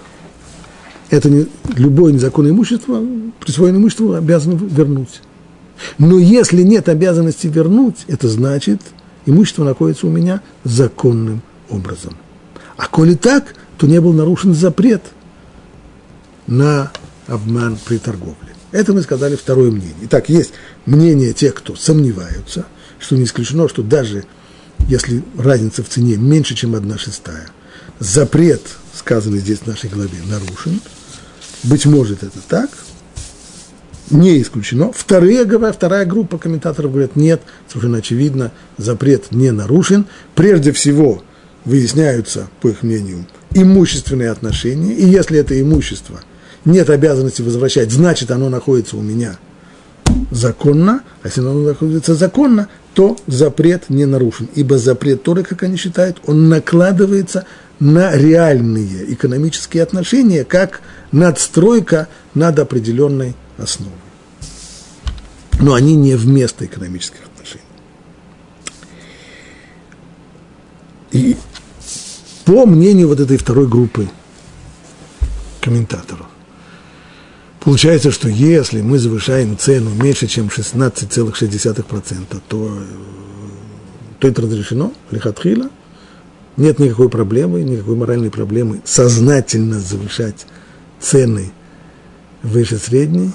любое незаконное имущество, присвоенное имущество обязано вернуть. Но если нет обязанности вернуть, это значит, имущество находится у меня законным образом. А коли так, то не был нарушен запрет на обман при торговле. Это мы сказали второе мнение. Итак, есть мнение тех, кто сомневаются, что не исключено, что даже если разница в цене меньше, чем 1/6, запрет, сказанный здесь в нашей главе, нарушен. Быть может, это так. Не исключено. Вторая группа комментаторов говорят, нет, совершенно очевидно, запрет не нарушен. Прежде всего выясняются, по их мнению, имущественные отношения. И если это имущество нет обязанности возвращать, значит, оно находится у меня законно, а если оно находится законно, то запрет не нарушен. Ибо запрет Торы, как они считают, он накладывается на реальные экономические отношения, как надстройка над определенной основой. Но они не вместо экономических отношений. И по мнению вот этой второй группы комментаторов, получается, что если мы завышаем цену меньше, чем 16,6%, то это разрешено, лихатхила, нет никакой проблемы, никакой моральной проблемы сознательно завышать цены выше средней.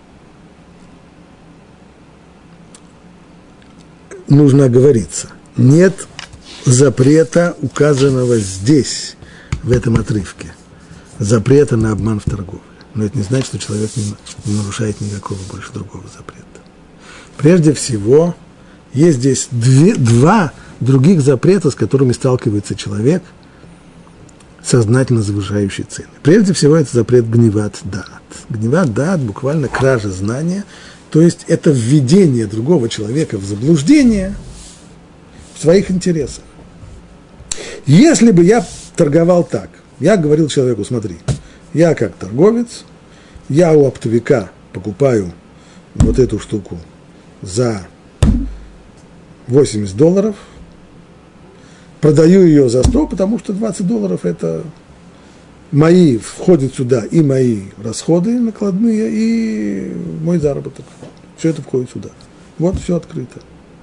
Нужно оговориться. Нет запрета, указанного здесь, в этом отрывке, запрета на обман в торговле. Но это не значит, что человек не нарушает никакого больше другого запрета. Прежде всего, есть здесь два других запрета, с которыми сталкивается человек, сознательно завышающий цены. Прежде всего, это запрет гневат даат. Гневат даат буквально кража знания, то есть это введение другого человека в заблуждение в своих интересах. Если бы я торговал так, я говорил человеку, смотри, я как торговец, я у оптовика покупаю вот эту штуку за $80, продаю ее за 100, потому что $20 это входят сюда и мои расходы накладные, и мой заработок. Все это входит сюда. Вот все открыто.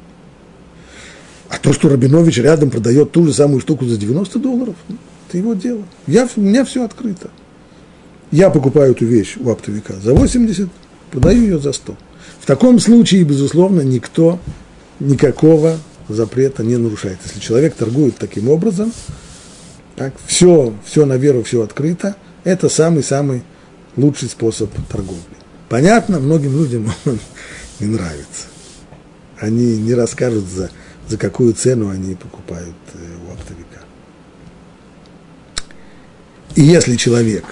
А то, что Рабинович рядом продает ту же самую штуку за $90, это его дело. У меня все открыто. Я покупаю эту вещь у оптовика за 80, продаю ее за 100. В таком случае, безусловно, никто никакого запрета не нарушает. Если человек торгует таким образом, так, все на веру, все открыто, это самый-самый лучший способ торговли. Понятно, многим людям он не нравится. Они не расскажут, за какую цену они покупают у оптовика. И если человек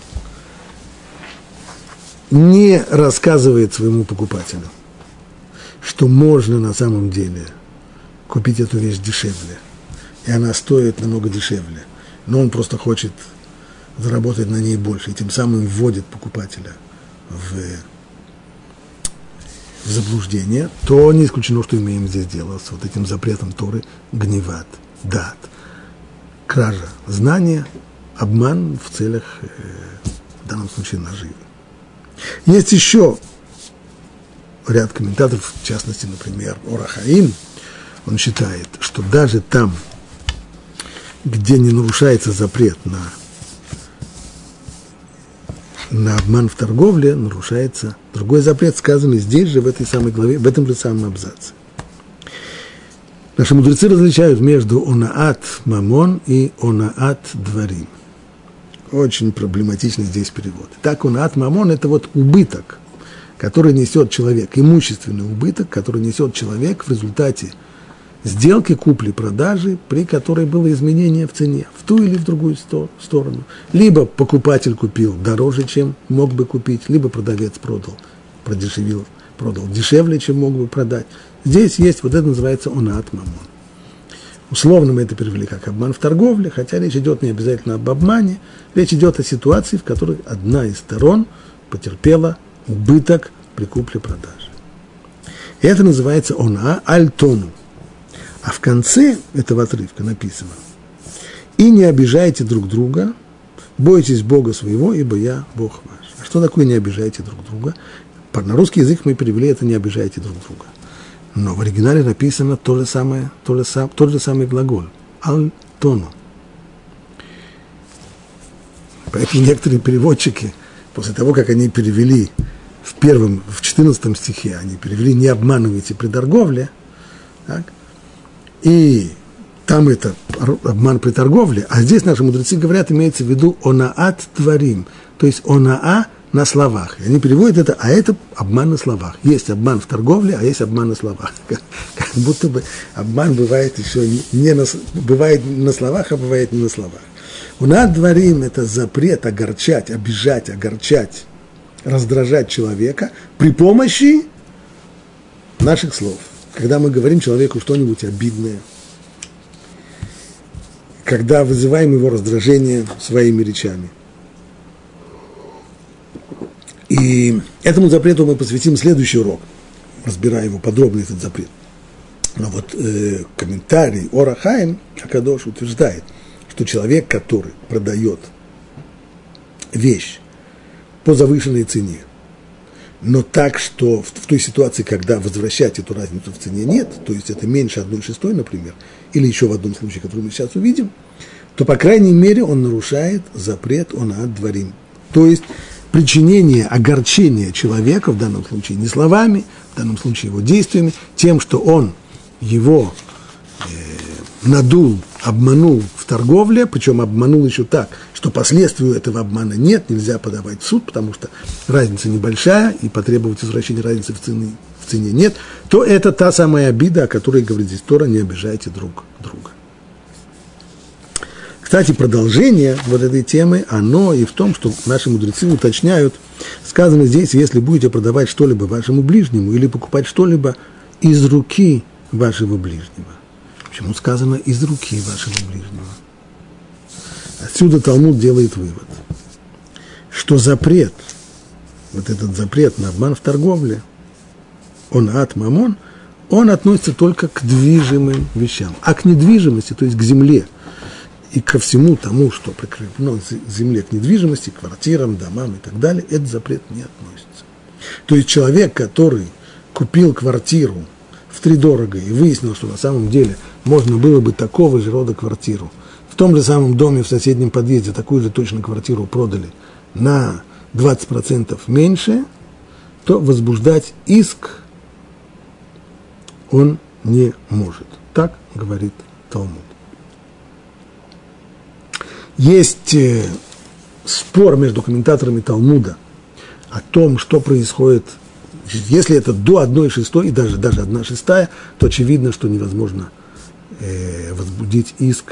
не рассказывает своему покупателю, что можно на самом деле купить эту вещь дешевле, и она стоит намного дешевле, но он просто хочет заработать на ней больше, и тем самым вводит покупателя в заблуждение, то не исключено, что имеем здесь дело с вот этим запретом Торы гневат, дат, кража знания, обман в целях, в данном случае, наживы. Есть еще ряд комментаторов, в частности, например, Ор ха-Хаим, он считает, что даже там, где не нарушается запрет на обман в торговле, нарушается другой запрет, сказанный здесь же, в этой самой главе, в этом же самом абзаце. Наши мудрецы различают между онаат мамон и онаат дварим. Очень проблематичный здесь перевод. Так, онаат мамон – это вот убыток, который несет человек, имущественный убыток, который несет человек в результате сделки купли-продажи, при которой было изменение в цене, в ту или в другую сторону. Либо покупатель купил дороже, чем мог бы купить, либо продавец продал дешевле, чем мог бы продать. Здесь есть, вот это называется онаат мамон. Условно мы это перевели как обман в торговле, хотя речь идет не обязательно об обмане, речь идет о ситуации, в которой одна из сторон потерпела убыток при купле-продаже. И это называется онаа аль-тону. А в конце этого отрывка написано: «И не обижайте друг друга, бойтесь Бога своего, ибо я Бог ваш». А что такое «не обижайте друг друга»? На русский язык мы перевели это «не обижайте друг друга». Но в оригинале написано тот же самый глагол «аль-тону». Поэтому некоторые переводчики, после того, как они перевели в 14 стихе, они перевели «не обманывайте при торговле», так, и там это обман при торговле, а здесь наши мудрецы говорят, имеется в виду онаат тварим, то есть онаа на словах. И они переводят это, а это обман на словах. Есть обман в торговле, а есть обман на словах. Как будто бы обман бывает еще бывает на словах, а бывает не на словах. Онаат тварим – это запрет огорчать, обижать, огорчать, раздражать человека при помощи наших слов, когда мы говорим человеку что-нибудь обидное, когда вызываем его раздражение своими речами. И этому запрету мы посвятим следующий урок, разбирая его подробно, этот запрет. Но вот комментарий Ор ха-Хаим Акадош утверждает, что человек, который продает вещь по завышенной цене, но так, что в той ситуации, когда возвращать эту разницу в цене нет, то есть это меньше 1/6, например, или еще в одном случае, который мы сейчас увидим, то, по крайней мере, он нарушает запрет онат дворим. То есть причинение огорчения человека, в данном случае не словами, в данном случае его действиями, тем, что он его надул, обманул в торговле, причем обманул еще так, что последствий этого обмана нет, нельзя подавать в суд, потому что разница небольшая, и потребовать возвращения разницы в цене нет, то это та самая обида, о которой говорит здесь Тора: не обижайте друг друга. Кстати, продолжение вот этой темы, оно и в том, что наши мудрецы уточняют, сказано здесь: если будете продавать что-либо вашему ближнему или покупать что-либо из руки вашего ближнего. Почему сказано «из руки вашего ближнего»? Отсюда Талмуд делает вывод, что запрет, вот этот запрет на обман в торговле, он ат мамон, он относится только к движимым вещам, а к недвижимости, то есть к земле, и ко всему тому, что прикреплено к земле, к недвижимости, к квартирам, домам и так далее, этот запрет не относится. То есть человек, который купил квартиру втридорого и выяснил, что на самом деле можно было бы такого же рода квартиру в том же самом доме в соседнем подъезде, такую же точно квартиру продали на 20% меньше, то возбуждать иск он не может. Так говорит Талмуд. Есть спор между комментаторами Талмуда о том, что происходит. Если это до 1/6 и даже 1/6, то очевидно, что невозможно возбудить иск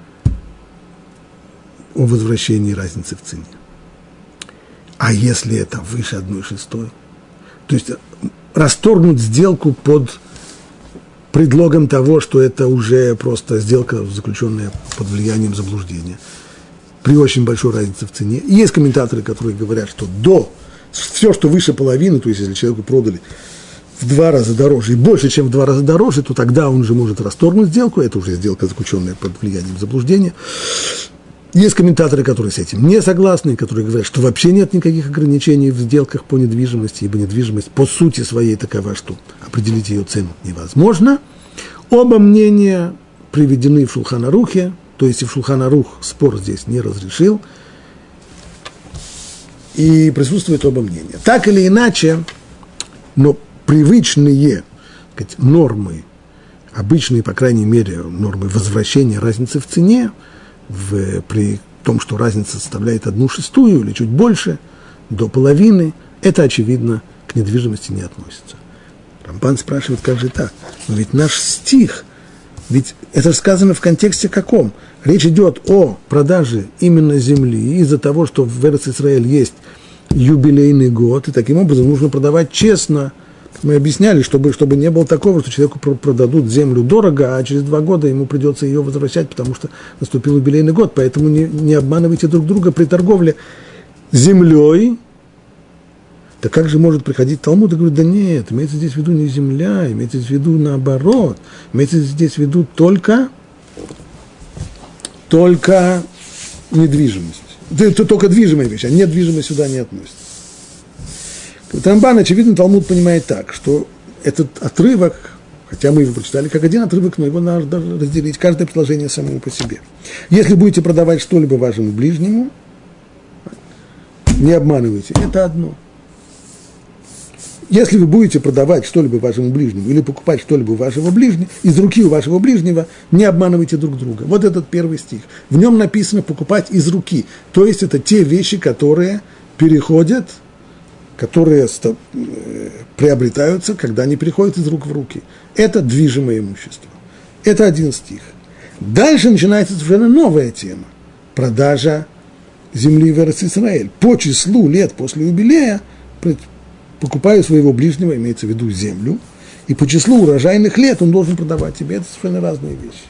о возвращении разницы в цене. А если это выше 1/6, то есть расторгнуть сделку под предлогом того, что это уже просто сделка, заключенная под влиянием заблуждения, при очень большой разнице в цене. И есть комментаторы, которые говорят, что все, что выше половины, то есть если человеку продали в 2 раза дороже и больше, чем в 2 раза дороже, то тогда он же может расторгнуть сделку, это уже сделка, заключенная под влиянием заблуждения. Есть комментаторы, которые с этим не согласны, которые говорят, что вообще нет никаких ограничений в сделках по недвижимости, ибо недвижимость по сути своей такова, что определить ее цену невозможно. Оба мнения приведены в Шулхан Арухе, то есть и в Шулхан Арух спор здесь не разрешил, и присутствуют оба мнения. Так или иначе, но привычные, сказать, нормы, обычные, по крайней мере, нормы возвращения разницы в цене, при том, что разница составляет 1/6 или чуть больше, до половины, это, очевидно, к недвижимости не относится. Рамбан спрашивает, как же так? Но ведь наш стих, ведь это сказано в контексте каком? Речь идет о продаже именно земли из-за того, что в Эрец-Исраэль есть юбилейный год, и таким образом нужно продавать честно. Мы объясняли, чтобы не было такого, что человеку продадут землю дорого, а через 2 года ему придется ее возвращать, потому что наступил юбилейный год. Поэтому не обманывайте друг друга при торговле землей. Да как же может приходить Талмуд и говорит: да нет, имеется здесь в виду не земля, имеется здесь в виду наоборот, имеется здесь в виду только недвижимость. Это только движимая вещь, а недвижимость сюда не относится. Рамбан, очевидно, Талмуд понимает так, что этот отрывок, хотя мы его прочитали как один отрывок, но его надо разделить, каждое предложение самому по себе. Если будете продавать что-либо вашему ближнему, не обманывайте, это одно. Если вы будете продавать что-либо вашему ближнему или покупать что-либо у вашего ближнего, из руки у вашего ближнего, не обманывайте друг друга. Вот этот первый стих. В нем написано покупать из руки. То есть это те вещи, которые переходят, которые приобретаются, когда они переходят из рук в руки. Это движимое имущество. Это один стих. Дальше начинается совершенно новая тема. Продажа земли в Эрец-Исраэль. По числу лет после юбилея покупаю своего ближнего, имеется в виду землю, и по числу урожайных лет он должен продавать тебе. Это совершенно разные вещи.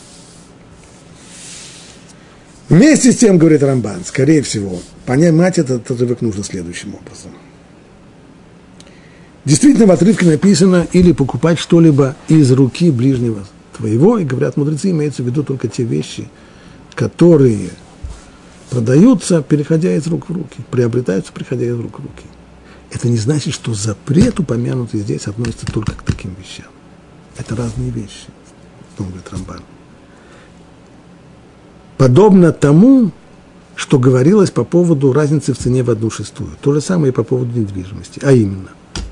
Вместе с тем, говорит Рамбан, скорее всего, понимать этот отрывок нужно следующим образом. Действительно, в отрывке написано или покупать что-либо из руки ближнего твоего, и, говорят мудрецы, имеются в виду только те вещи, которые продаются, переходя из рук в руки, приобретаются, переходя из рук в руки. Это не значит, что запрет, упомянутый здесь, относится только к таким вещам. Это разные вещи, говорит Рамбан. Подобно тому, что говорилось по поводу разницы в цене в 1/6. То же самое и по поводу недвижимости. А именно,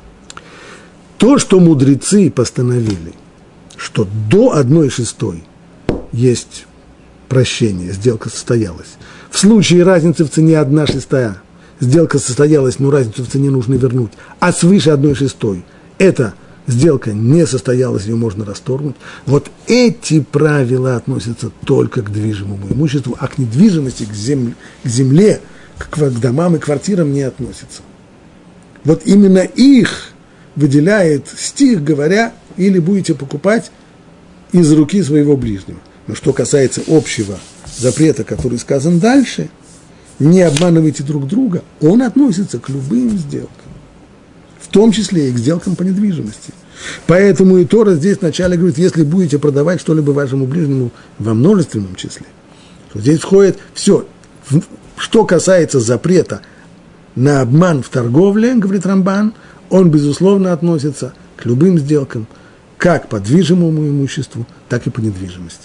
то, что мудрецы постановили, что до 1/6 есть прощение, сделка состоялась. В случае разницы в цене 1/6 сделка состоялась, но разницу в цене нужно вернуть, а свыше 1/6 эта сделка не состоялась, ее можно расторгнуть. Вот эти правила относятся только к движимому имуществу, а к недвижимости, к земле, к домам и квартирам не относятся. Вот именно их выделяет стих, говоря, или будете покупать из руки своего ближнего. Но что касается общего запрета, который сказан дальше, не обманывайте друг друга, он относится к любым сделкам, в том числе и к сделкам по недвижимости. Поэтому и Тора здесь вначале говорит, если будете продавать что-либо вашему ближнему во множественном числе, то здесь входит все. Что касается запрета на обман в торговле, говорит Рамбан, он, безусловно, относится к любым сделкам, как по движимому имуществу, так и по недвижимости.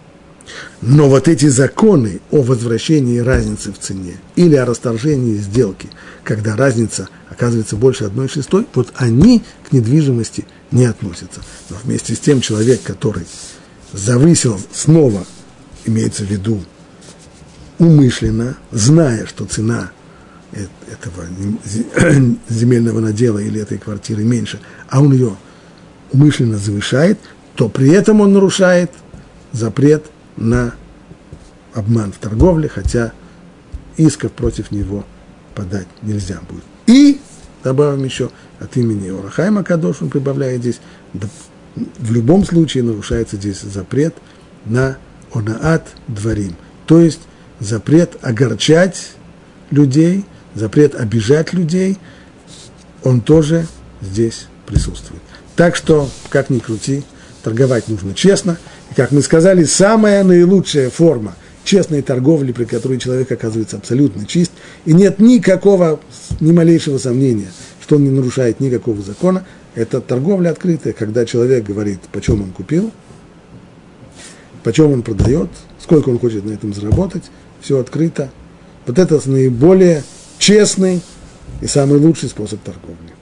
Но вот эти законы о возвращении разницы в цене или о расторжении сделки, когда разница оказывается больше 1/6, вот они к недвижимости не относятся. Но вместе с тем человек, который завысил снова, имеется в виду умышленно, зная, что цена этого земельного надела или этой квартиры меньше, а он ее умышленно завышает, то при этом он нарушает запрет на обман в торговле, хотя исков против него подать нельзя будет. И, добавим еще, от имени Ор ха-Хаим ха-Кадош, он прибавляет здесь, в любом случае нарушается здесь запрет на онаат дворим, то есть запрет огорчать людей, запрет обижать людей, он тоже здесь присутствует. Так что, как ни крути, торговать нужно честно. И, как мы сказали, самая наилучшая форма честной торговли, при которой человек оказывается абсолютно чист, и нет ни малейшего сомнения, что он не нарушает никакого закона, это торговля открытая, когда человек говорит, почем он купил, почем он продает, сколько он хочет на этом заработать, все открыто. Вот это наиболее честный и самый лучший способ торговли.